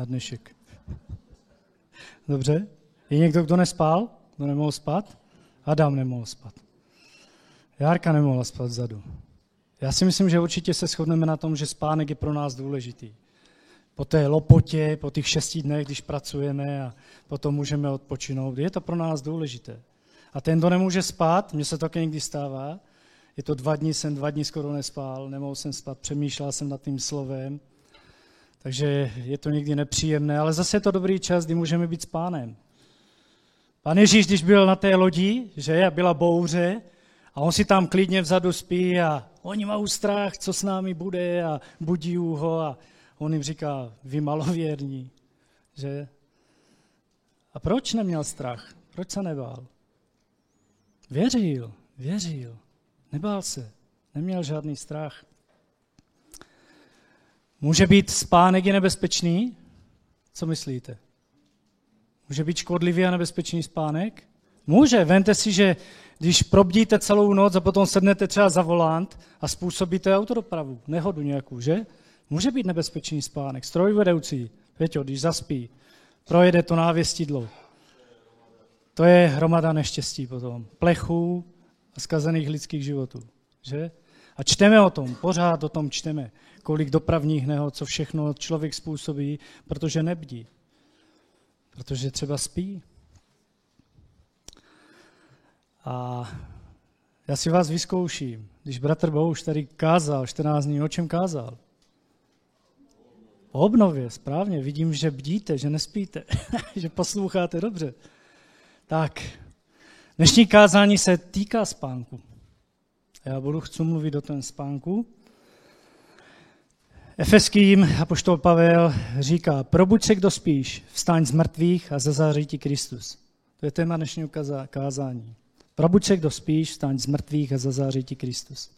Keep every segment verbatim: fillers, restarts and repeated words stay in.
dnešek. Dobře? Je někdo, kdo nespal? Kdo nemohl spát? Adam nemohl spát. Járka nemohla spát vzadu. Já si myslím, že určitě se shodneme na tom, že spánek je pro nás důležitý. Po té lopotě, po těch šesti dnech, když pracujeme a potom můžeme odpočinout, je to pro nás důležité. A ten, kdo nemůže spát, mně se to taky někdy stává, je to dva dny, jsem dva dny skoro nespál, nemohl jsem spát, přemýšlel jsem nad tím slovem, takže je to někdy nepříjemné, ale zase je to dobrý čas, kdy můžeme být s Pánem. Pán Ježíš, když byl na té lodi, že byla bouře, a on si tam klidně vzadu spí a oni mají strach, co s námi bude a budí ho a on jim říká, vy malověrní, že? A proč neměl strach? Proč se nebál? Věřil, věřil, nebál se, neměl žádný strach. Může být spánek i nebezpečný? Co myslíte? Může být škodlivý a nebezpečný spánek? Může, vemte si, že když probdíte celou noc a potom sednete třeba za volant a způsobíte autodopravu, nehodu nějakou, že? Může být nebezpečný spánek. Strojvedoucí, Peťo, když zaspí, projede to návěstidlo. To je hromada neštěstí potom. Plechů a zkazených lidských životů, že? A čteme o tom, pořád o tom čteme, kolik dopravních nehod, co všechno člověk způsobí, protože nebdí. Protože třeba spí. A já si vás vyzkouším, když bratr Bouš tady kázal čtrnáct dní, o čem kázal? O obnově, správně, vidím, že bdíte, že nespíte, že posloucháte dobře. Tak, dnešní kázání se týká spánku. Já budu chci mluvit o tom spánku. Efeským apoštol Pavel říká, probuď se, kdo spíš, vstaň z mrtvých a zazáří ti Kristus. To je téma dnešního kázání. Probuď se, kdo spíš, vstaň z mrtvých a zazáří ti Kristus.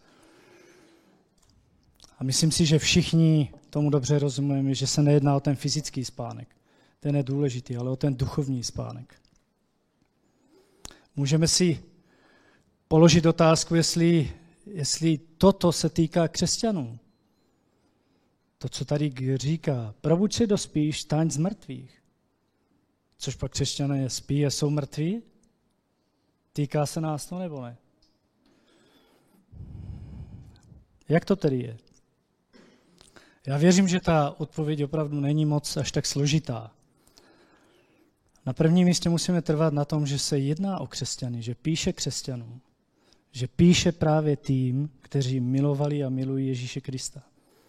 A myslím si, že všichni tomu dobře rozumíme, že se nejedná o ten fyzický spánek. Ten je důležitý, ale o ten duchovní spánek. Můžeme si položit otázku, jestli, jestli toto se týká křesťanů. To, co tady říká, probuď se, kdo spíš, vstaň z mrtvých. Což pak křesťané spí a jsou mrtví? Týká se nás to nebo ne? Jak to tedy je? Já věřím, že ta odpověď opravdu není moc až tak složitá. Na prvním místě musíme trvat na tom, že se jedná o křesťany, že píše křesťanům, že píše právě tým, kteří milovali a milují Ježíše Krista.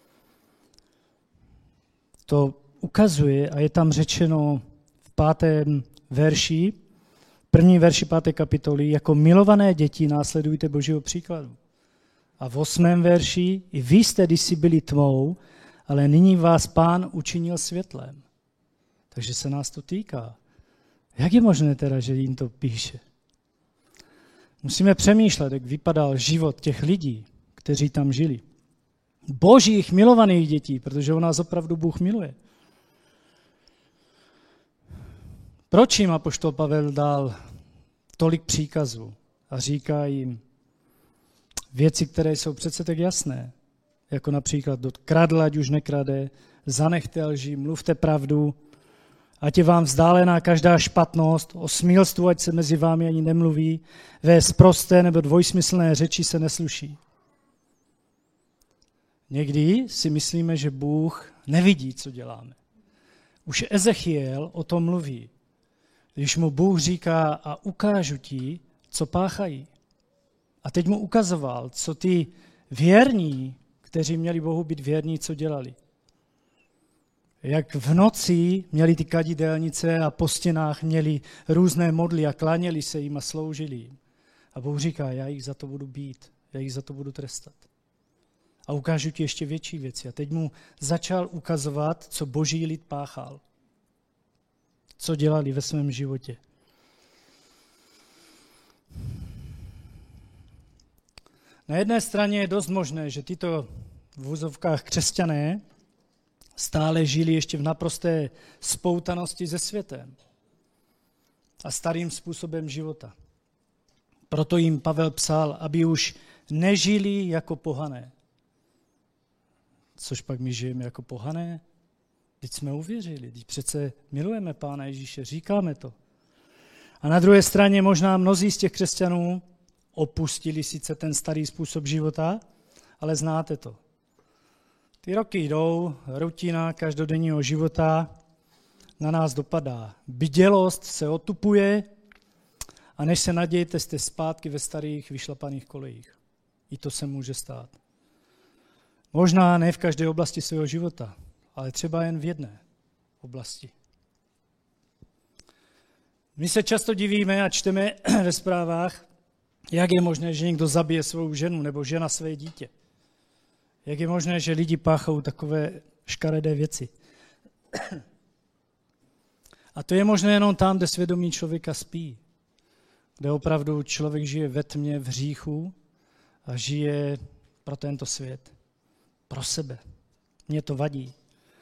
To ukazuje a je tam řečeno v pátém verši, první verši páté kapitoly, jako milované děti následujte Božího příkladu. A v osmém verši, i vy jste kdysi byli tmou, ale nyní vás Pán učinil světlem. Takže se nás to týká. Jak je možné teda, že jim to píše? Musíme přemýšlet, jak vypadal život těch lidí, kteří tam žili. Božích milovaných dětí, protože o nás opravdu Bůh miluje. Proč jim apoštol Pavel dal tolik příkazů a říká jim věci, které jsou přece tak jasné, jako například kradl, ať už nekrade, zanechte lži, mluvte pravdu, ať je vám vzdálená každá špatnost, o smilstvu, ať se mezi vámi ani nemluví, ve sprosté nebo dvojsmyslné řeči se nesluší. Někdy si myslíme, že Bůh nevidí, co děláme. Už Ezechiel o tom mluví, když mu Bůh říká a ukážu ti, co páchají. A teď mu ukazoval, co ty věrní, kteří měli Bohu být věrní, co dělali. Jak v noci měli ty kadidelnice a po stěnách měli různé modly a kláněli se jim a sloužili jim. A Bůh říká, já jich za to budu bít, já jich za to budu trestat. A ukážu ti ještě větší věci. A teď mu začal ukazovat, co Boží lid páchal. Co dělali ve svém životě. Na jedné straně je dost možné, že tyto v vozovkách křesťané stále žili ještě v naprosté spoutanosti se světem a starým způsobem života. Proto jim Pavel psal, aby už nežili jako pohané. Což pak my žijeme jako pohané? Teď jsme uvěřili, teď přece milujeme Pána Ježíše, říkáme to. A na druhé straně možná mnozí z těch křesťanů opustili sice ten starý způsob života, ale znáte to. Ty roky jdou, rutina každodenního života na nás dopadá. Bdělost se otupuje a než se nadějete, jste zpátky ve starých vyšlapaných kolejích. I to se může stát. Možná ne v každé oblasti svého života, ale třeba jen v jedné oblasti. My se často divíme a čteme ve zprávách, jak je možné, že někdo zabije svou ženu nebo žena své dítě. Jak je možné, že lidi páchou takové škaredé věci. A to je možné jenom tam, kde svědomí člověka spí. Kde opravdu člověk žije ve tmě, v hříchu a žije pro tento svět. Pro sebe. Mně to vadí.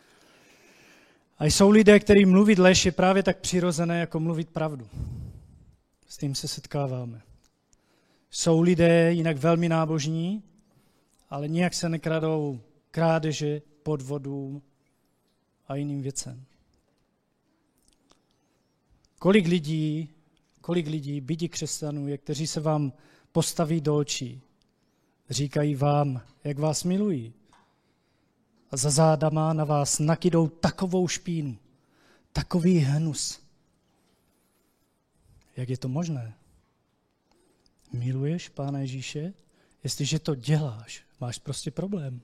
A jsou lidé, kteří mluvit lež je právě tak přirozené, jako mluvit pravdu. S tím se setkáváme. Jsou lidé jinak velmi nábožní, ale nijak se nekradou krádeže, podvodům a jiným věcem. Kolik lidí, kolik lidí, bydi křesťanů je, kteří se vám postaví do očí, říkají vám, jak vás milují. A za zádama na vás nakydou takovou špínu, takový hnus. Jak je to možné? Miluješ Pána Ježíše? Jestliže to děláš, máš prostě problém.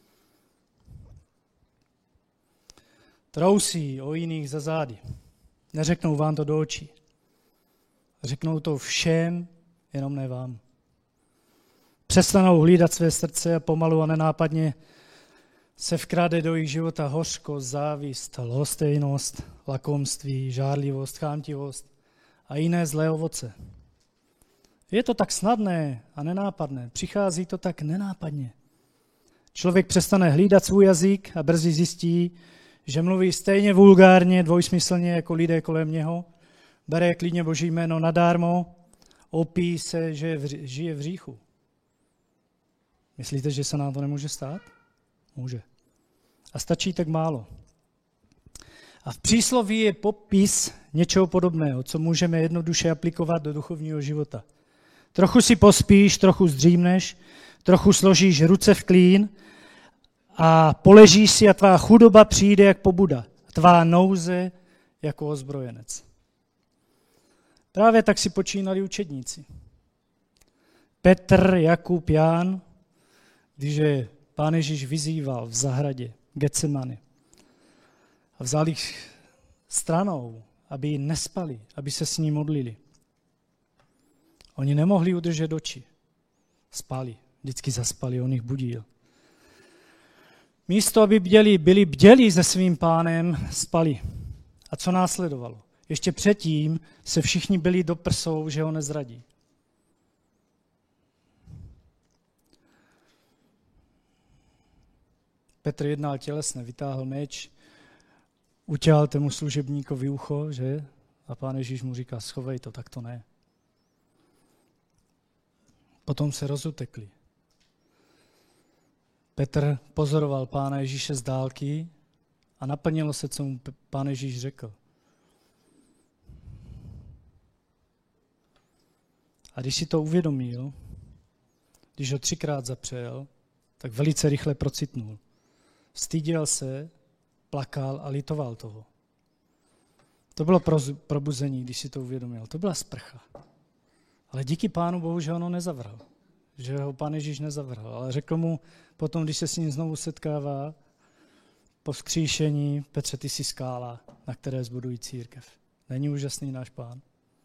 Trousí o jiných za zády. Neřeknou vám to do očí. Řeknou to všem, jenom ne vám. Přestanou hlídat své srdce a pomalu a nenápadně se vkrade do jejich života hořkost, závist, lhostejnost, lakomství, žárlivost, chámtivost a jiné zlé ovoce. Je to tak snadné a nenápadné. Přichází to tak nenápadně. Člověk přestane hlídat svůj jazyk a brzy zjistí, že mluví stejně vulgárně, dvojsmyslně jako lidé kolem něho, bere klidně Boží jméno nadármo, opíjí se, že žije v hříchu. Myslíte, že se nám to nemůže stát? Může. A stačí tak málo. A v přísloví je popis něčeho podobného, co můžeme jednoduše aplikovat do duchovního života. Trochu si pospíš, trochu zdřímneš, trochu složíš ruce v klín a poležíš si a tvá chudoba přijde jak pobuda, tvá nouze jako ozbrojenec. Právě tak si počínali učedníci. Petr, Jakub, Ján, když je Pán Ježíš vyzýval v zahradě Getsemany a vzal jich stranou, aby nespali, aby se s ním modlili. Oni nemohli udržet oči. Spali, vždycky zaspali, on jich budil. Místo, aby bděli, byli bdělí se svým Pánem, spali. A co následovalo? Ještě předtím se všichni byli do prsou, že ho nezradí. Petr jednal tělesně, vytáhl meč, utěhal tomu služebníkovi ucho, že? A Pán Ježíš mu říká, schovej to, tak to ne. Potom se rozutekli. Petr pozoroval Pána Ježíše z dálky a naplnilo se, co mu Pán Ježíš řekl. A když si to uvědomil, když ho třikrát zapřel, tak velice rychle procitnul. Styděl se, plakal a litoval toho. To bylo probuzení, když si to uvědomil. To byla sprcha. Ale díky Pánu Bohu, že ono nezavrhl. Že ho Pán Ježíš nezavrhl. Ale řekl mu potom, když se s ním znovu setkává, po vzkříšení, Petře, ty jsi skála, na které zbudují církev. Není úžasný náš Pán?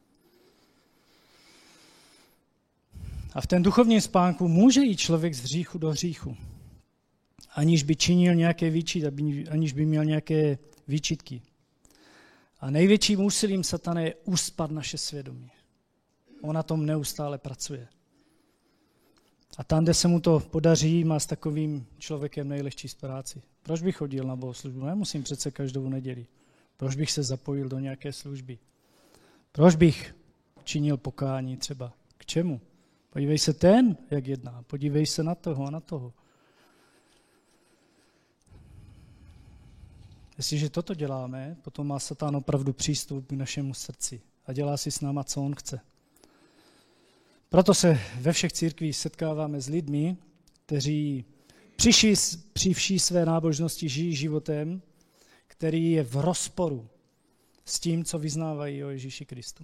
A v ten duchovním spánku může jít člověk z hříchu do hříchu, aniž by činil nějaké výčitky, aniž by měl nějaké výčitky. A největším úsilím satana je uspat naše svědomí. On na tom neustále pracuje. A tam, kde se mu to podaří, má s takovým člověkem nejlehčí práci. Proč bych chodil na bohoslužbu? Nemusím přece každou neděli. Proč bych se zapojil do nějaké služby? Proč bych činil pokání třeba? K čemu? Podívej se ten, jak jedná. Podívej se na toho a na toho. Jestliže toto děláme, potom má Satan opravdu přístup k našemu srdci a dělá si s náma, co on chce. Proto se ve všech církvích setkáváme s lidmi, kteří při, při vší své nábožnosti žijí životem, který je v rozporu s tím, co vyznávají o Ježíši Kristu.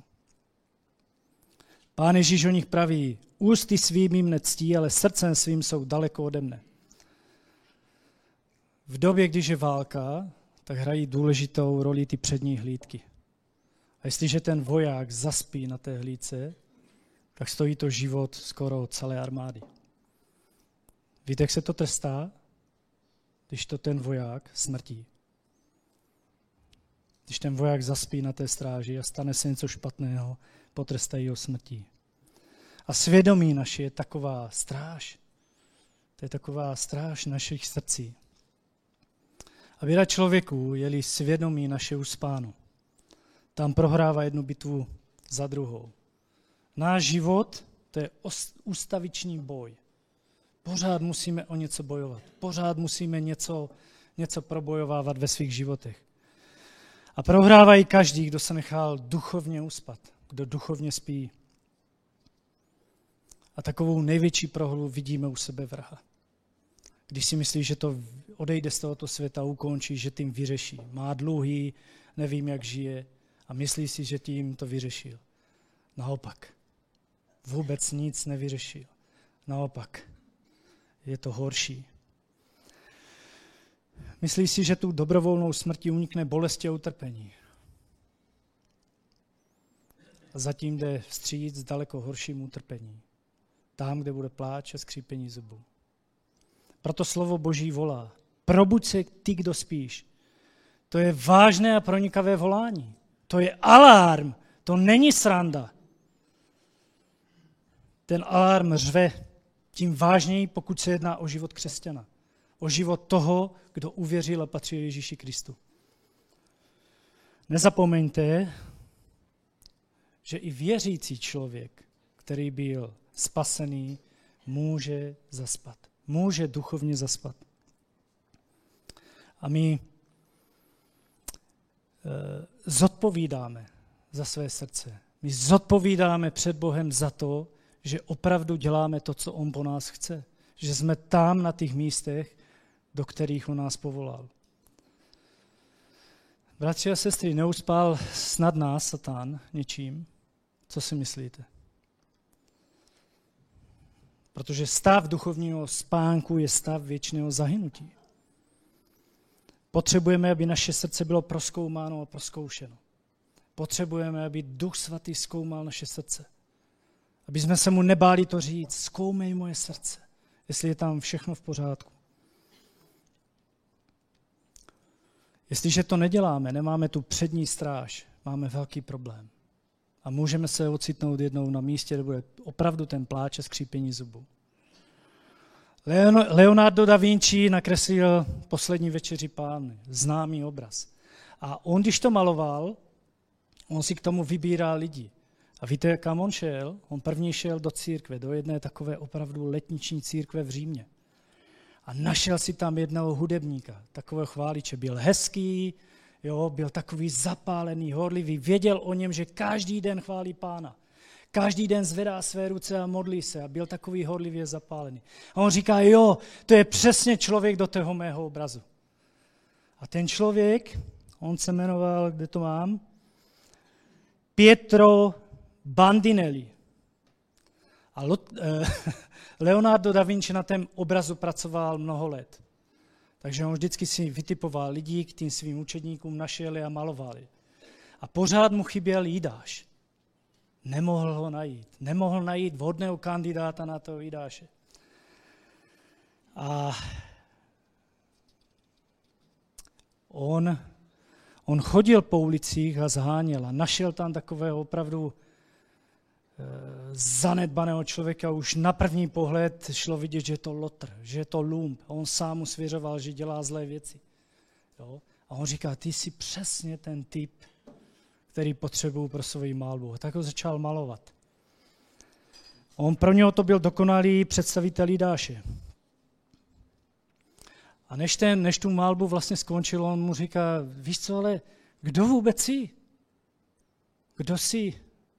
Pán Ježíš o nich praví, ústy svým jim nectí, ale srdcem svým jsou daleko ode mne. V době, když je válka, tak hrají důležitou roli ty přední hlídky. A jestliže ten voják zaspí na té hlídce, tak stojí to život skoro celé armády. Víte, jak se to trestá? Když to ten voják smrtí. Když ten voják zaspí na té stráži a stane se něco špatného, potrestají ho smrtí. A svědomí naše je taková stráž. To je taková stráž našich srdcí. A běda člověku, je-li svědomí naše uspáno, tam prohrává jednu bitvu za druhou. Náš život, to je ústaviční boj. Pořád musíme o něco bojovat. Pořád musíme něco, něco probojovávat ve svých životech. A prohrávají každý, kdo se nechal duchovně uspat, kdo duchovně spí. A takovou největší prohru vidíme u sebe vraha. Když si myslí, že to odejde z tohoto světa, ukončí, že tím vyřeší. Má dluhy, nevím, jak žije a myslí si, že tím to vyřešil. Naopak. Vůbec nic nevyřešil. Naopak. Je to horší. Myslí si, že tu dobrovolnou smrti unikne bolesti a utrpení. A zatím jde vstříc daleko horšímu utrpení. Tam, kde bude pláč a skřípení zubů. Proto slovo Boží volá. Probuď se ty, kdo spíš. To je vážné a pronikavé volání. To je alarm. To není sranda. Ten alarm řve tím vážněji, pokud se jedná o život křesťana. O život toho, kdo uvěřil a patří Ježíši Kristu. Nezapomeňte, že i věřící člověk, který byl spasený, může zaspat. Může duchovně zaspat. A my e, zodpovídáme za své srdce. My zodpovídáme před Bohem za to, že opravdu děláme to, co on po nás chce. Že jsme tam na těch místech, do kterých on nás povolal. Bratři a sestry, neuspál snad nás Satan něčím? Co si myslíte? Protože stav duchovního spánku je stav věčného zahynutí. Potřebujeme, aby naše srdce bylo prozkoumáno a prozkoušeno. Potřebujeme, aby Duch Svatý zkoumal naše srdce. Aby jsme se mu nebáli to říct, zkoumej moje srdce, jestli je tam všechno v pořádku. Jestliže to neděláme, nemáme tu přední stráž, máme velký problém. A můžeme se ocitnout jednou na místě, kde bude opravdu ten pláč a skřípění zubů. Leonardo da Vinci nakreslil Poslední večeři Páně, známý obraz. A on, když to maloval, on si k tomu vybíral lidi. A víte, kam on šel? On první šel do církve, do jedné takové opravdu letniční církve v Římě. A našel si tam jednoho hudebníka, takového chváliče. Byl hezký, jo, byl takový zapálený, horlivý, věděl o něm, že každý den chválí Pána. Každý den zvedá své ruce a modlí se a byl takový horlivě zapálený. A on říká, jo, to je přesně člověk do toho mého obrazu. A ten člověk, on se jmenoval, kde to mám? Pietro Bandinelli. A Leonardo da Vinci na tom obrazu pracoval mnoho let. Takže on vždycky si vytipoval lidi, k tým svým učedníkům našel a malovali. A pořád mu chyběl Jidáš. Nemohl ho najít. Nemohl najít vhodného kandidáta na toho Jidáše. A on, on chodil po ulicích a zháněl a našel tam takového opravdu zanedbaného člověka. Už na první pohled šlo vidět, že je to lotr, že je to lump. A on sám mu svěřoval, že dělá zlé věci. Jo? A on říká, ty jsi přesně ten typ, který potřebuju pro svoji malbu. A tak ho začal malovat. On pro něho to byl dokonalý představitel Jidáše. A než, ten, než tu malbu vlastně skončil, on mu říká, víš co, ale kdo vůbec jsi? Kdo jsi?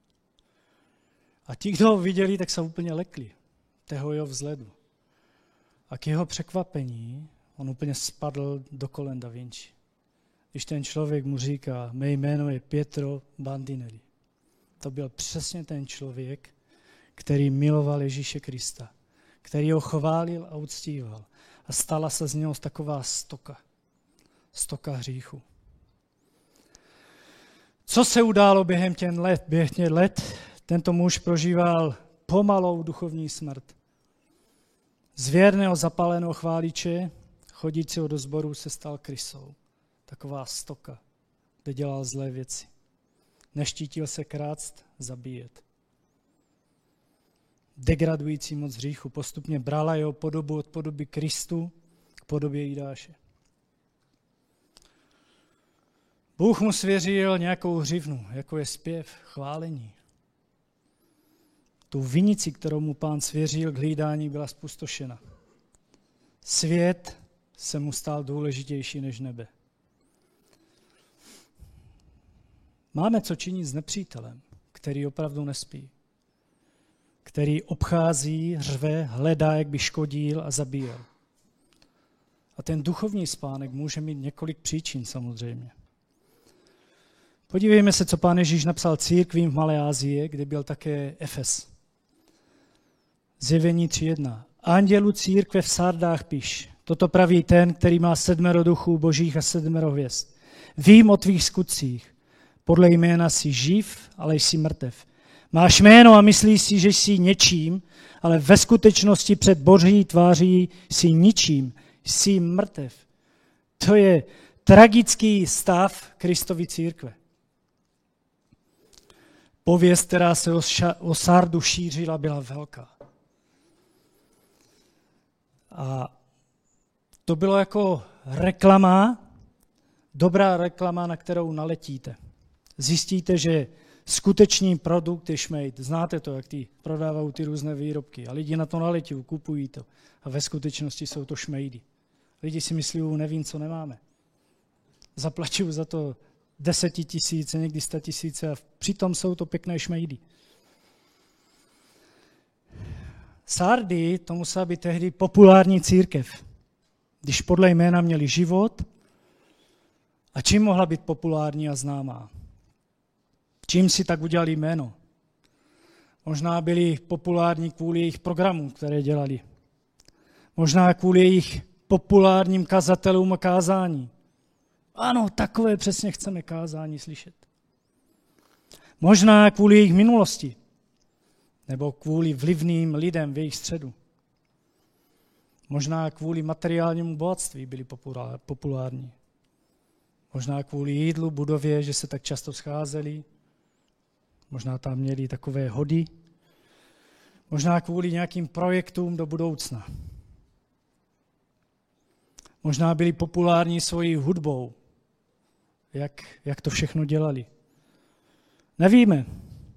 A ti, kdo ho viděli, tak se úplně lekli toho jeho vzhledu. A k jeho překvapení on úplně spadl do kolen Da Vinci. Když ten člověk mu říká, mé jméno je Pietro Bandinelli. To byl přesně ten člověk, který miloval Ježíše Krista, který ho chválil a uctíval. A stala se z něho taková stoka. Stoka hříchu. Co se událo během těch let? Během těch let tento muž prožíval pomalou duchovní smrt. Z věrného zapáleného chváliče, chodícího do sboru, se stal krysou. Taková stoka, kde dělal zlé věci. Neštítil se krást, zabíjet. Degradující moc hříchu postupně brala jeho podobu od podoby Kristu k podobě Jidáše. Bůh mu svěřil nějakou hřivnu, jako je zpěv, chválení. Tu vinici, kterou mu Pán svěřil k hlídání, byla spustošena. Svět se mu stal důležitější než nebe. Máme co činit s nepřítelem, který opravdu nespí, který obchází, řve, hledá, jak by škodil a zabíjel. A ten duchovní spánek může mít několik příčin samozřejmě. Podívejme se, co Pán Ježíš napsal církvím v Malé Asii, kde byl také Efes. Zjevení tři jedna. Andělu církve v Sardách píš, toto praví ten, který má sedmero duchů božích a sedmero hvězd. Vím o tvých skutcích. Podle jména jsi živ, ale jsi mrtev. Máš jméno a myslíš si, že jsi něčím, ale ve skutečnosti před boží tváří jsi ničím, jsi mrtev. To je tragický stav Kristovy církve. Pověst, která se o, ša- o Sardu šířila, byla velká. A to bylo jako reklama, dobrá reklama, na kterou naletíte. Zjistíte, že skutečný produkt je šmejd. Znáte to, jak ty prodávají ty různé výrobky. A lidi na to naletí, kupují to. A ve skutečnosti jsou to šmejdy. Lidi si myslí, nevím, co nemáme. Zaplačují za to desetitisíce, někdy sta tisíce a přitom jsou to pěkné šmejdy. Sardy, to musela být tehdy populární církev, když podle jména měli život. A čím mohla být populární a známá? Čím si tak udělali jméno? Možná byli populární kvůli jejich programům, které dělali. Možná kvůli jejich populárním kazatelům a kázání. Ano, takové přesně chceme kázání slyšet. Možná kvůli jejich minulosti. Nebo kvůli vlivným lidem v jejich středu. Možná kvůli materiálnímu bohatství byli populární. Možná kvůli jídlu, budově, že se tak často scházeli. Možná tam měli takové hody. Možná kvůli nějakým projektům do budoucna. Možná byli populární svojí hudbou. Jak, jak to všechno dělali. Nevíme.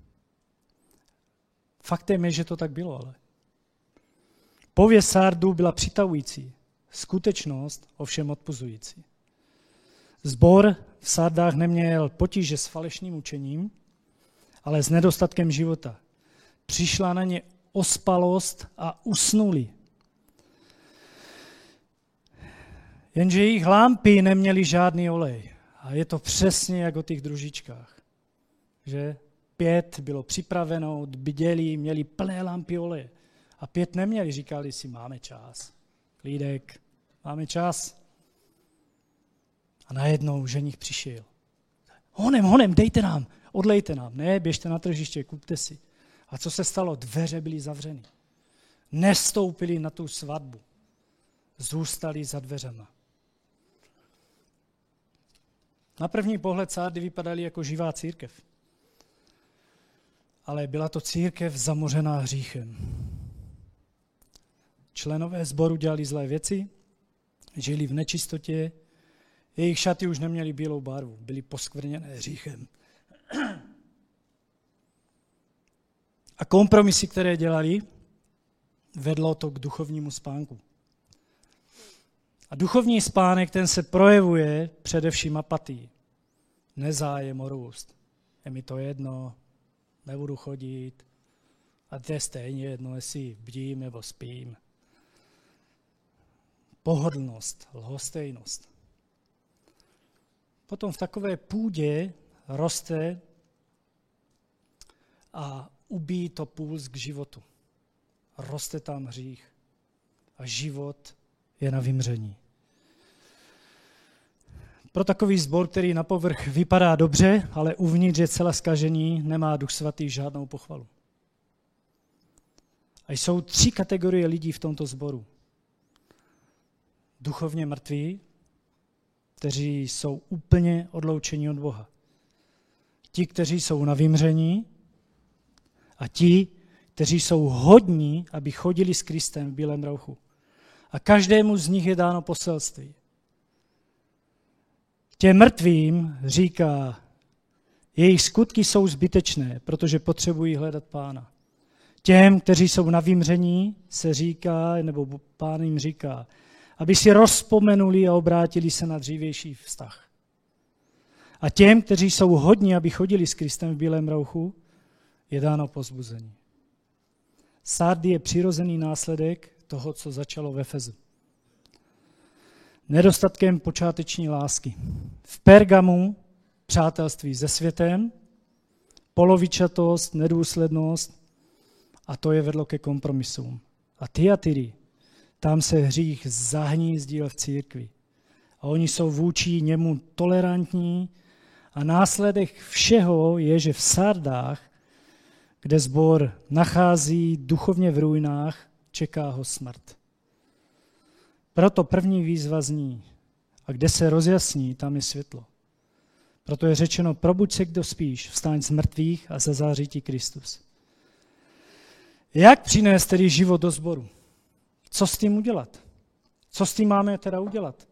Faktem je, že to tak bylo, ale. Pověst Sardů byla přitahující, skutečnost ovšem odpuzující. Sbor v Sardách neměl potíže s falešným učením, ale s nedostatkem života. Přišla na ně ospalost a usnuli. Jenže jejich lampy neměly žádný olej. A je to přesně jak o těch družičkách. Že pět bylo připraveno, bděli, měli plné lampy oleje. A pět neměli, říkali si, máme čas. Klídek, máme čas. A najednou ženich přišel. Honem, honem, dejte nám, odlejte nám. Ne, běžte na tržiště, kupte si. A co se stalo? Dveře byly zavřeny. Nestoupili na tu svatbu. Zůstali za dveřema. Na první pohled Sardy vypadaly jako živá církev. Ale byla to církev zamořená hříchem. Členové sboru dělali zlé věci, žili v nečistotě, jejich šaty už neměly bílou barvu, byly poskvrněné hříchem. A kompromisy, které dělali, vedlo to k duchovnímu spánku. A duchovní spánek, ten se projevuje především apatii. Nezájem o růst. Je mi to jedno, nebudu chodit. A to je stejně jedno, jestli bdím nebo spím. Pohodlnost, lhostejnost. Potom v takové půdě roste a ubíjí to puls k životu. Roste tam hřích a život je na vymření. Pro takový sbor, který na povrch vypadá dobře, ale uvnitř je celá zkažení, nemá Duch Svatý žádnou pochvalu. A jsou tři kategorie lidí v tomto sboru. Duchovně mrtví, kteří jsou úplně odloučeni od Boha. Ti, kteří jsou na vymření a ti, kteří jsou hodní, aby chodili s Kristem v bílém rouchu. A každému z nich je dáno poselství. Těm mrtvým říká, jejich skutky jsou zbytečné, protože potřebují hledat Pána. Těm, kteří jsou na vymření, se říká, nebo Pán jim říká, aby si rozpomenuli a obrátili se na dřívější vztah. A těm, kteří jsou hodní, aby chodili s Kristem v bílém rouchu, je dáno povzbuzení. Sardy je přirozený následek toho, co začalo v Efezu. Nedostatkem počáteční lásky. V Pergamu přátelství se světem, polovičatost, nedůslednost a to je vedlo ke kompromisům. A Tyatiry, tam se hřích zahnízdil v církvi. A oni jsou vůči němu tolerantní a následek všeho je, že v Sardách, kde sbor nachází duchovně v ruinách, čeká ho smrt. Proto první výzva zní, a kde se rozjasní, tam je světlo. Proto je řečeno, probuď se, kdo spíš, vstaň z mrtvých a zazáří ti Kristus. Jak přinést tedy život do sboru? Co s tím udělat? Co s tím máme teda udělat?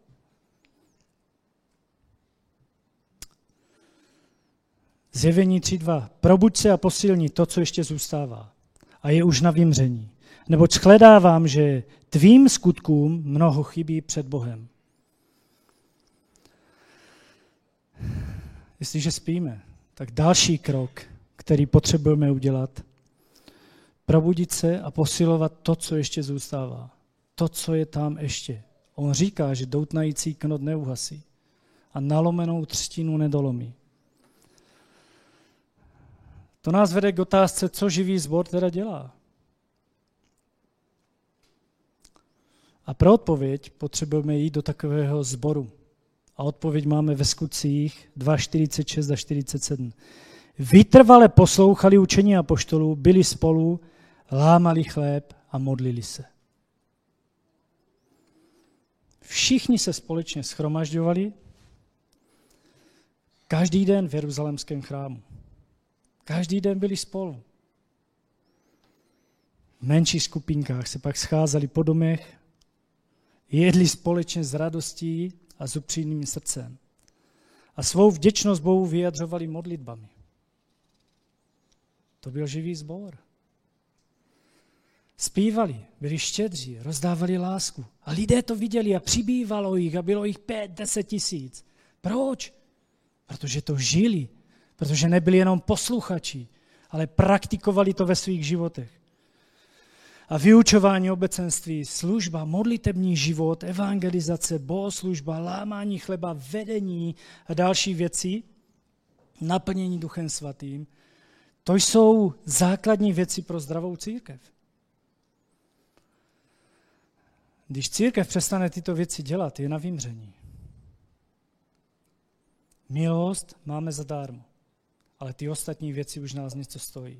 Zjevení tři dva. Probuď se a posilni to, co ještě zůstává. A je už na vymření. Neboť shledávám, že tvým skutkům mnoho chybí před Bohem. Jestliže spíme, tak další krok, který potřebujeme udělat, probudit se a posilovat to, co ještě zůstává. To, co je tam ještě. On říká, že doutnající knot neuhasí a nalomenou třtinu nedolomí. To nás vede k otázce, co živý sbor teda dělá. A pro odpověď potřebujeme jít do takového sboru. A odpověď máme ve Skutcích dva čtyřicet šest a čtyřicet sedm. Vytrvale poslouchali učení apoštolů, byli spolu, lámali chléb a modlili se. Všichni se společně shromažďovali každý den v jeruzalémském chrámu. Každý den byli spolu. V menších skupinkách se pak scházeli po domech, jedli společně s radostí a s upřímným srdcem. A svou vděčnost Bohu vyjadřovali modlitbami. To byl živý sbor. Zpívali, byli štědří, rozdávali lásku. A lidé to viděli a přibývalo jich a bylo jich pět, deset tisíc. Proč? Protože to žili. Protože nebyli jenom posluchači, ale praktikovali to ve svých životech. A vyučování obecenství, služba, modlitební život, evangelizace, bohoslužba, lámání chleba, vedení a další věci, naplnění Duchem Svatým, to jsou základní věci pro zdravou církev. Když církev přestane tyto věci dělat, je na vymření. Milost máme zadarmo, ale ty ostatní věci už nás něco stojí.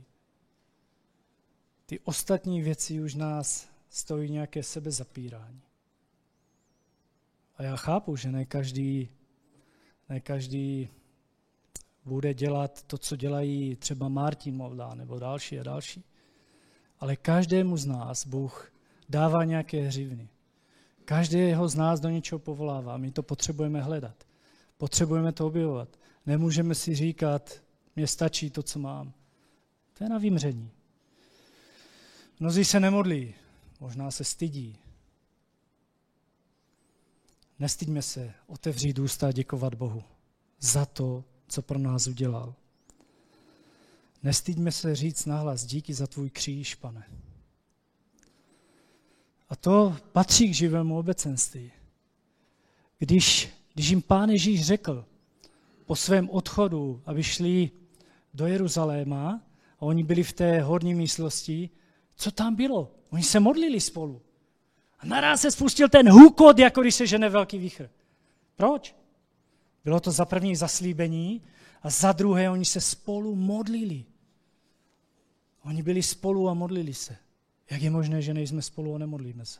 Ty ostatní věci už nás stojí nějaké sebezapírání. A já chápu, že ne každý, ne každý bude dělat to, co dělají třeba Martin Moldá nebo další a další. Ale každému z nás Bůh dává nějaké hřivny. Každého z nás do něčeho povolává. My to potřebujeme hledat. Potřebujeme to objevovat. Nemůžeme si říkat, mně stačí to, co mám. To je na vymření. Mnozí se nemodlí, možná se stydí. Nestyďme se otevřít ústa a děkovat Bohu za to, co pro nás udělal. Nestyďme se říct nahlas díky za tvůj kříž, Pane. A to patří k živému obecenství. Když, když jim Pán Ježíš řekl po svém odchodu, aby šli do Jeruzaléma a oni byli v té horní místnosti, co tam bylo? Oni se modlili spolu. A naraz se spustil ten hukot, jako když se žene velký vítr. Proč? Bylo to za první zaslíbení a za druhé oni se spolu modlili. Oni byli spolu a modlili se. Jak je možné, že nejsme spolu a nemodlíme se?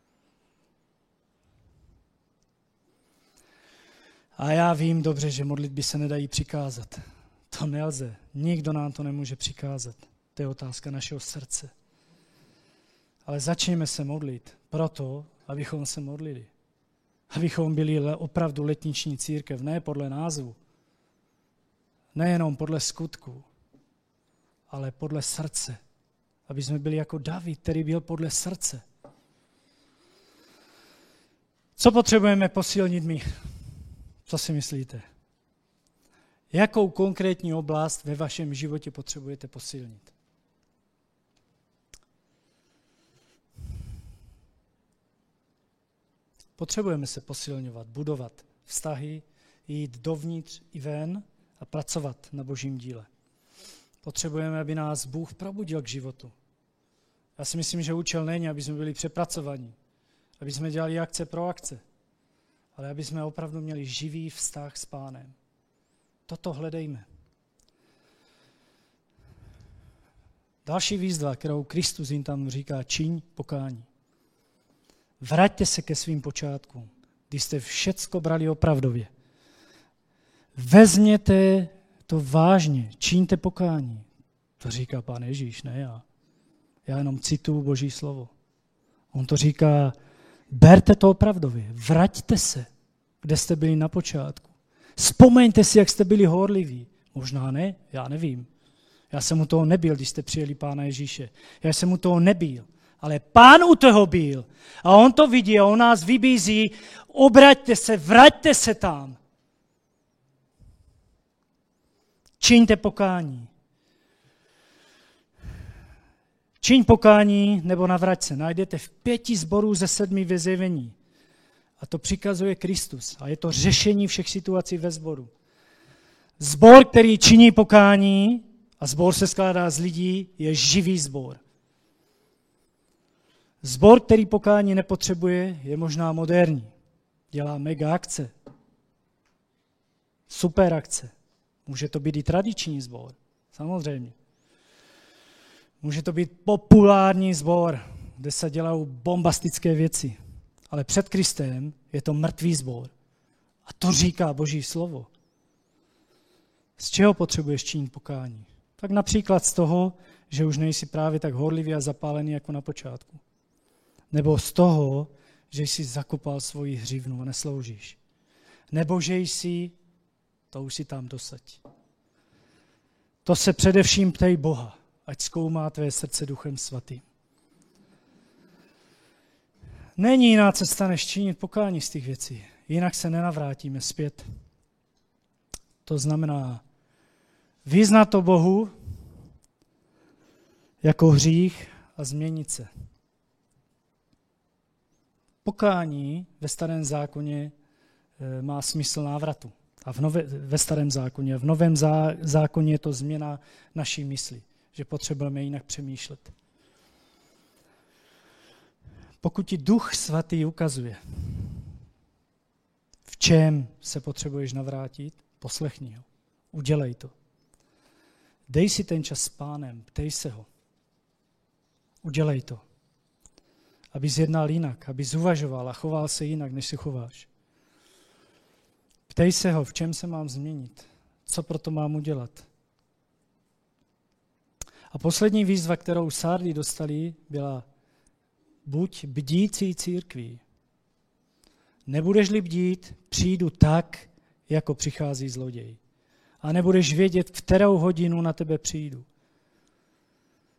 A já vím dobře, že modlitby se nedají přikázat. To nelze. Nikdo nám to nemůže přikázat. To je otázka našeho srdce. Ale začněme se modlit proto, abychom se modlili. Abychom byli opravdu letniční církev, ne podle názvu. Nejenom podle skutku, ale podle srdce. Aby jsme byli jako David, který byl podle srdce. Co potřebujeme posilnit my? Co si myslíte? Jakou konkrétní oblast ve vašem životě potřebujete posilnit? Potřebujeme se posilňovat, budovat vztahy, jít dovnitř i ven a pracovat na Božím díle. Potřebujeme, aby nás Bůh probudil k životu. Já si myslím, že účel není, aby jsme byli přepracovaní, aby jsme dělali akce pro akce, ale aby jsme opravdu měli živý vztah s Pánem. Toto hledejme. Další výzva, kterou Kristus jim tam říká, čiň pokání. Vraťte se ke svým počátkům, když jste všecko brali opravdově. Vezměte to vážně, čiňte pokání. To říká Pán Ježíš, ne já. Já jenom cituju Boží slovo. On to říká, berte to opravdově, vraťte se, kde jste byli na počátku. Vzpomeňte si, jak jste byli horliví. Možná ne, já nevím. Já jsem u toho nebyl, když jste přijeli Pána Ježíše. Já jsem u toho nebyl. Ale Pán u toho byl. A on to vidí a on nás vybízí, obraťte se, vraťte se tam. Čiňte pokání. Čiň pokání nebo navrať se. Najdete v pěti zborů ze sedmi ve zjevení. A to přikazuje Kristus. A je to řešení všech situací ve sboru. Sbor, který činí pokání, a sbor se skládá z lidí, je živý sbor. Sbor, který pokání nepotřebuje, je možná moderní. Dělá mega akce. Super akce. Může to být i tradiční sbor. Samozřejmě. Může to být populární sbor, kde se dělají bombastické věci. Ale před Kristem je to mrtvý sbor. A to říká Boží slovo. Z čeho potřebuješ činit pokání? Tak například z toho, že už nejsi právě tak horlivý a zapálený jako na počátku. Nebo z toho, že jsi zakopal svoji hřivnu a nesloužíš. Nebo že jsi, to už si tam dosaď. To se především ptej Boha, ať zkoumá tvé srdce Duchem Svatým. Není jiná cesta, než činit pokání z těch věcí. Jinak se nenavrátíme zpět. To znamená vyznat to Bohu jako hřích a změnit se. Pokání ve starém zákoně má smysl návratu. A v nové, ve starém zákoně. V novém zá, zákoně je to změna naší mysli, že potřebujeme jinak přemýšlet. Pokud ti Duch Svatý ukazuje, v čem se potřebuješ navrátit, poslechni ho. Udělej to. Dej si ten čas s Pánem, ptej se ho. Udělej to. Abys jednal jinak, abys uvažoval a choval se jinak, než se chováš. Ptej se ho, v čem se mám změnit, co proto mám udělat. A poslední výzva, kterou Sardy dostali, byla buď bdící církví. Nebudeš-li bdít, přijdu tak, jako přichází zloděj. A nebudeš vědět, v kterou hodinu na tebe přijdu.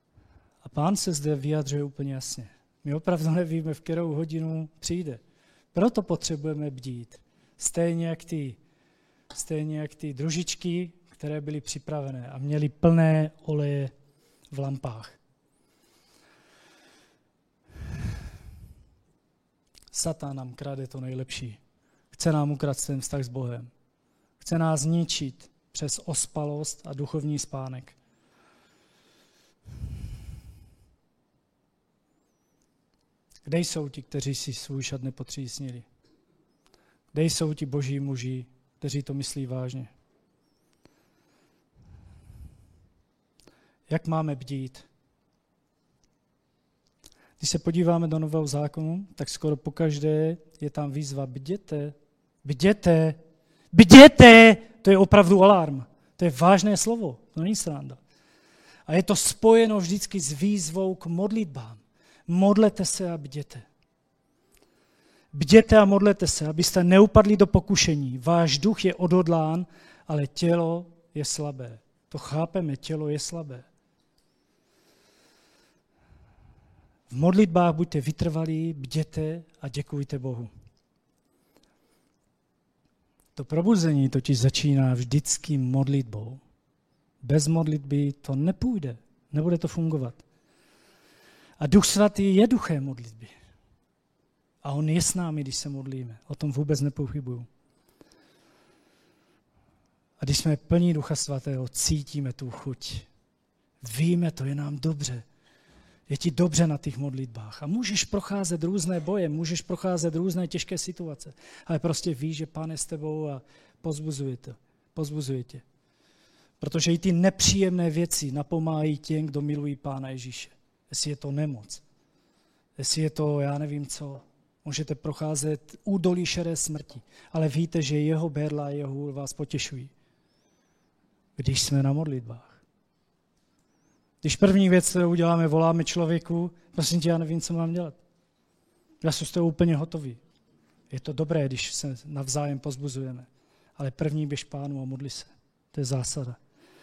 A Pán se zde vyjadřuje úplně jasně. My opravdu nevíme, v kterou hodinu přijde. Proto potřebujeme bdít. Stejně jak ty, stejně jak ty družičky, které byly připravené a měly plné oleje v lampách. Satan nám krade to nejlepší. Chce nám ukrást ten vztah s Bohem. Chce nás zničit přes ospalost a duchovní spánek. Kde jsou ti, kteří si svůj šat nepotřísnili? Kde jsou ti boží muži, kteří to myslí vážně? Jak máme bdít? Když se podíváme do Nového zákonu, tak skoro pokaždé je tam výzva bděte, bděte, bděte, to je opravdu alarm. To je vážné slovo, to není sranda. A je to spojeno vždycky s výzvou k modlitbám. Modlete se a bděte. Bděte a modlete se, abyste neupadli do pokušení. Váš duch je odhodlán, ale tělo je slabé. To chápeme, tělo je slabé. V modlitbách buďte vytrvalí, bděte a děkujte Bohu. To probuzení totiž začíná vždycky modlitbou. Bez modlitby to nepůjde, nebude to fungovat. A Duch Svatý je duchem modlitby. A on je s námi, když se modlíme. O tom vůbec nepochybuju. A když jsme plní Ducha Svatého, cítíme tu chuť. Víme to, je nám dobře. Je ti dobře na těch modlitbách. A můžeš procházet různé boje, můžeš procházet různé těžké situace. Ale prostě víš, že Pán je s tebou a pozbuzuje tě. Pozbuzuje tě. Protože i ty nepříjemné věci napomáhají těm, kdo milují Pána Ježíše. Jestli je to nemoc, jestli je to, já nevím co, můžete procházet údolí šeré smrti, ale víte, že jeho berla a jeho hůl vás potěšují. Když jsme na modlitbách. Když první věc, kterou uděláme, voláme člověku, prosím tě, já nevím, co mám dělat. Já jsem z toho úplně hotový. Je to dobré, když se navzájem pozbuzujeme, ale první běž Pánu a modli se. To je zásada.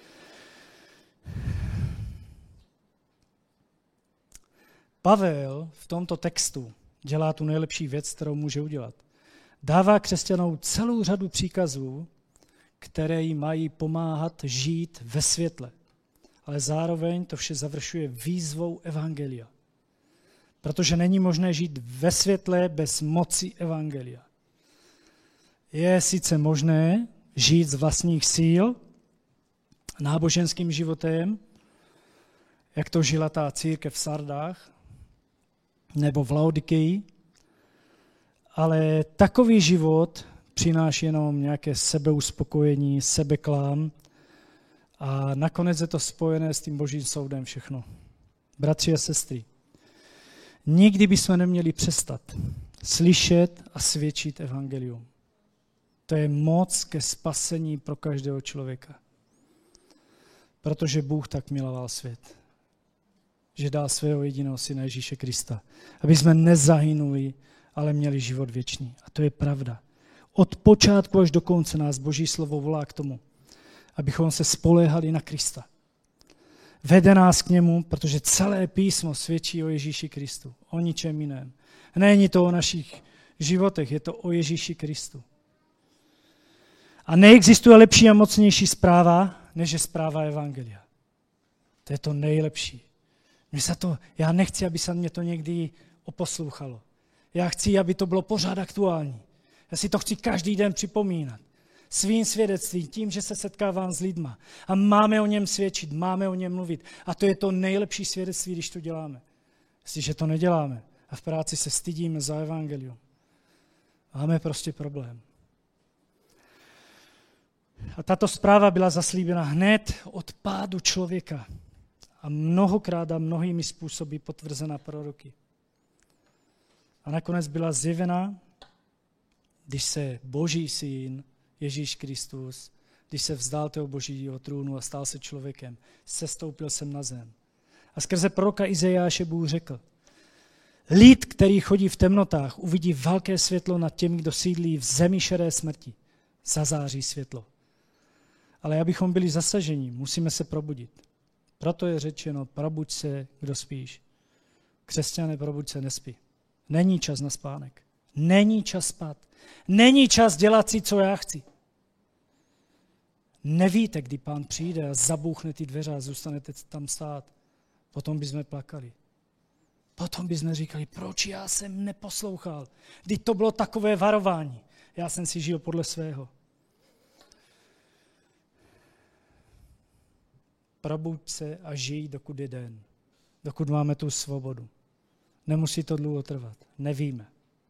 Pavel v tomto textu dělá tu nejlepší věc, kterou může udělat. Dává křesťanům celou řadu příkazů, které jim mají pomáhat žít ve světle. Ale zároveň to vše završuje výzvou evangelia. Protože není možné žít ve světle bez moci evangelia. Je sice možné žít z vlastních síl, náboženským životem, jak to žila ta církev v Sardách, nebo v Laodikeji, ale takový život přináší jenom nějaké sebeuspokojení, sebeklám a nakonec je to spojené s tím božím soudem všechno. Bratři a sestry, nikdy bychom neměli přestat slyšet a svědčit evangelium. To je moc ke spasení pro každého člověka. Protože Bůh tak miloval svět, že dal svého jediného syna Ježíše Krista, aby jsme nezahynuli, ale měli život věčný. A to je pravda. Od počátku až do konce nás Boží slovo volá k tomu, abychom se spoléhali na Krista. Vede nás k němu, protože celé písmo svědčí o Ježíši Kristu, o ničem jiném. Není to o našich životech, je to o Ježíši Kristu. A neexistuje lepší a mocnější zpráva, než je zpráva evangelia. To je to nejlepší. Mě se to, já nechci, aby se mě to někdy oposlouchalo. Já chci, aby to bylo pořád aktuální. Já si to chci každý den připomínat. Svým svědectvím, tím, že se setkávám s lidma. A máme o něm svědčit, máme o něm mluvit. A to je to nejlepší svědectví, když to děláme. Jestliže to neděláme a v práci se stydíme za evangelium, máme prostě problém. A tato zpráva byla zaslíbena hned od pádu člověka. A mnohokrát a mnohými způsoby potvrzena proroky. A nakonec byla zjevena, když se Boží syn, Ježíš Kristus, když se vzdal toho Božího trůnu a stal se člověkem, sestoupil sem na zem. A skrze proroka Izajáše Bůh řekl, lid, který chodí v temnotách, uvidí velké světlo nad těmi, kdo sídlí v zemi šeré smrti. Zazáří světlo. Ale abychom byli zasaženi, musíme se probudit. Proto je řečeno, probuď se, kdo spíš. Křesťané, probuď se, nespí. Není čas na spánek. Není čas spát. Není čas dělat si, co já chci. Nevíte, kdy Pán přijde a zabouchne ty dveře a zůstanete tam stát. Potom bychom plakali. Potom bychom říkali, proč já jsem neposlouchal. Vždyť to bylo takové varování. Já jsem si žil podle svého. Probuď se a žij, dokud je den. Dokud máme tu svobodu. Nemusí to dlouho trvat. Nevíme.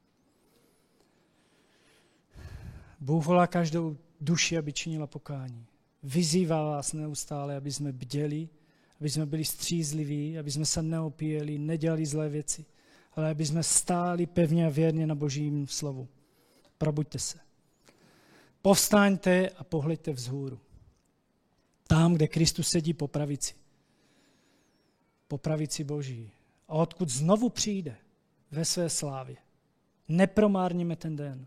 Bůh volá každou duši, aby činila pokání. Vyzývá vás neustále, aby jsme bděli, aby jsme byli střízliví, aby jsme se neopíjeli, nedělali zlé věci, ale aby jsme stáli pevně a věrně na Božím slovu. Probuďte se. Povstaňte a pohleďte vzhůru. Tam, kde Kristus sedí po pravici. Po pravici Boží. A odkud znovu přijde ve své slávě. Nepromárníme ten den.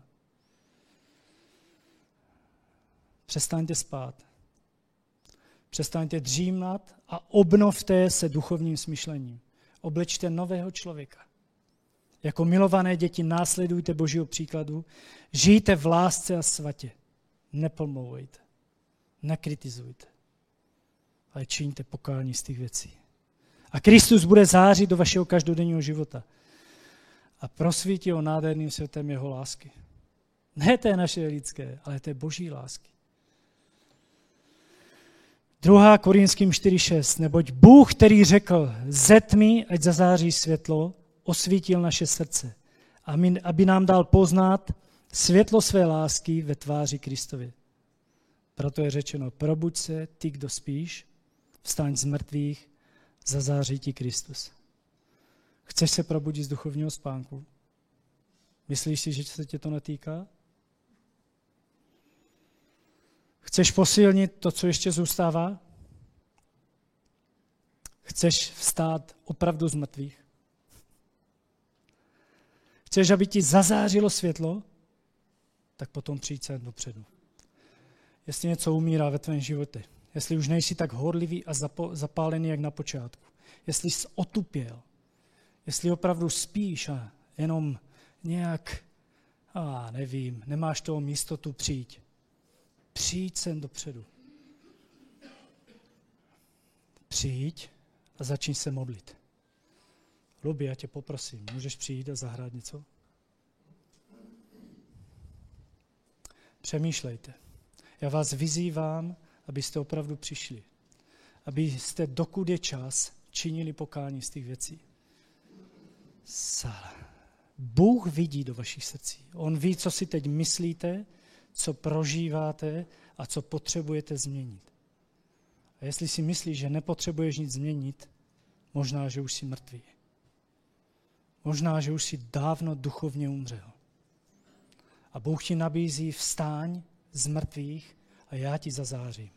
Přestaňte spát. Přestaňte dřímat a obnovte se duchovním smyšlením. Oblečte nového člověka. Jako milované děti následujte Božího příkladu. Žijte v lásce a svatě. Nepomlouvejte. Nekritizujte. Ale čiňte pokání z těch věcí. A Kristus bude zářit do vašeho každodenního života. A prosvítí ho nádherným světem jeho lásky. Ne té naše lidské, ale té Boží lásky. druhá Korinským čtyři šest. Neboť Bůh, který řekl, ze tmy, ať zazáří světlo, osvítil naše srdce, aby nám dal poznat světlo své lásky ve tváři Kristově. Proto je řečeno, probuď se, ty, kdo spíš, vstaň z mrtvých, zazáří ti Kristus. Chceš se probudit z duchovního spánku? Myslíš si, že se tě to netýká? Chceš posilnit to, co ještě zůstává? Chceš vstát opravdu z mrtvých? Chceš, aby ti zazářilo světlo? Tak potom přijď sem dopředu. Jestli něco umírá ve tvém životě, jestli už nejsi tak horlivý a zapálený, jak na počátku, jestli jsi otupěl, jestli opravdu spíš a jenom nějak, a nevím, nemáš toho místotu, přijď. Přijď sem dopředu. Přijď a začni se modlit. Lubi, já tě poprosím, můžeš přijít a zahrát něco? Přemýšlejte. Já vás vyzývám, abyste opravdu přišli. Abyste, dokud je čas, činili pokání z těch věcí. Sála. Bůh vidí do vašich srdcí. On ví, co si teď myslíte, co prožíváte a co potřebujete změnit. A jestli si myslíš, že nepotřebuješ nic změnit, možná, že už jsi mrtvý. Možná, že už jsi dávno duchovně umřel. A Bůh ti nabízí vstáň z mrtvých a já ti zazářím.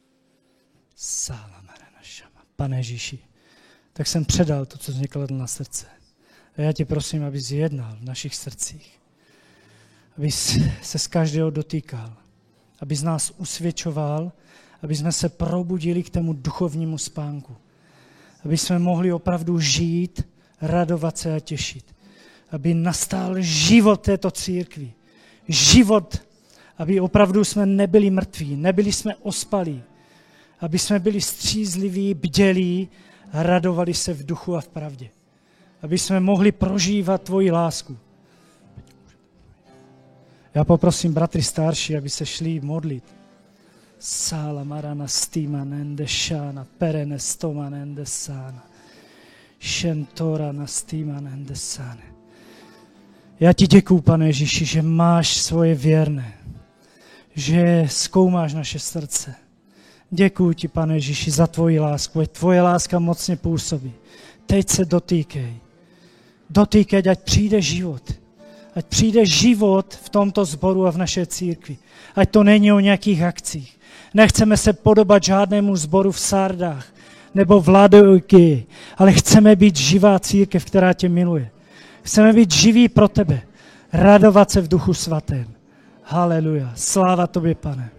Pane Ježíši, tak jsem předal to, co jsi mě kladl na srdce. A já tě prosím, abys jednal v našich srdcích. Abys se z každého dotýkal. Abys nás usvědčoval, aby jsme se probudili k tému duchovnímu spánku. Aby jsme mohli opravdu žít, radovat se a těšit. Aby nastal život této církvi. Život, aby opravdu jsme nebyli mrtví, nebyli jsme ospalí. Aby jsme byli střízliví, bdělí a radovali se v duchu a v pravdě. Aby jsme mohli prožívat tvoji lásku. Já poprosím bratry starší, aby se šli modlit. Sála marana stima nende šána, perene stoma nende sána. Šentora na stima nende sáne. Já ti děkuju, Pane Ježíši, že máš svoje věrné, že zkoumáš naše srdce. Děkuju ti, Pane Ježíši, za tvoji lásku, ať tvoje láska mocně působí. Teď se dotýkej. Dotýkej, ať přijde život. Ať přijde život v tomto sboru a v naší církvi. Ať to není o nějakých akcích. Nechceme se podobat žádnému sboru v Sardách nebo v Laodikii, ale chceme být živá církev, která tě miluje. Chceme být živí pro tebe. Radovat se v duchu svatém. Haleluja. Sláva tobě, Pane.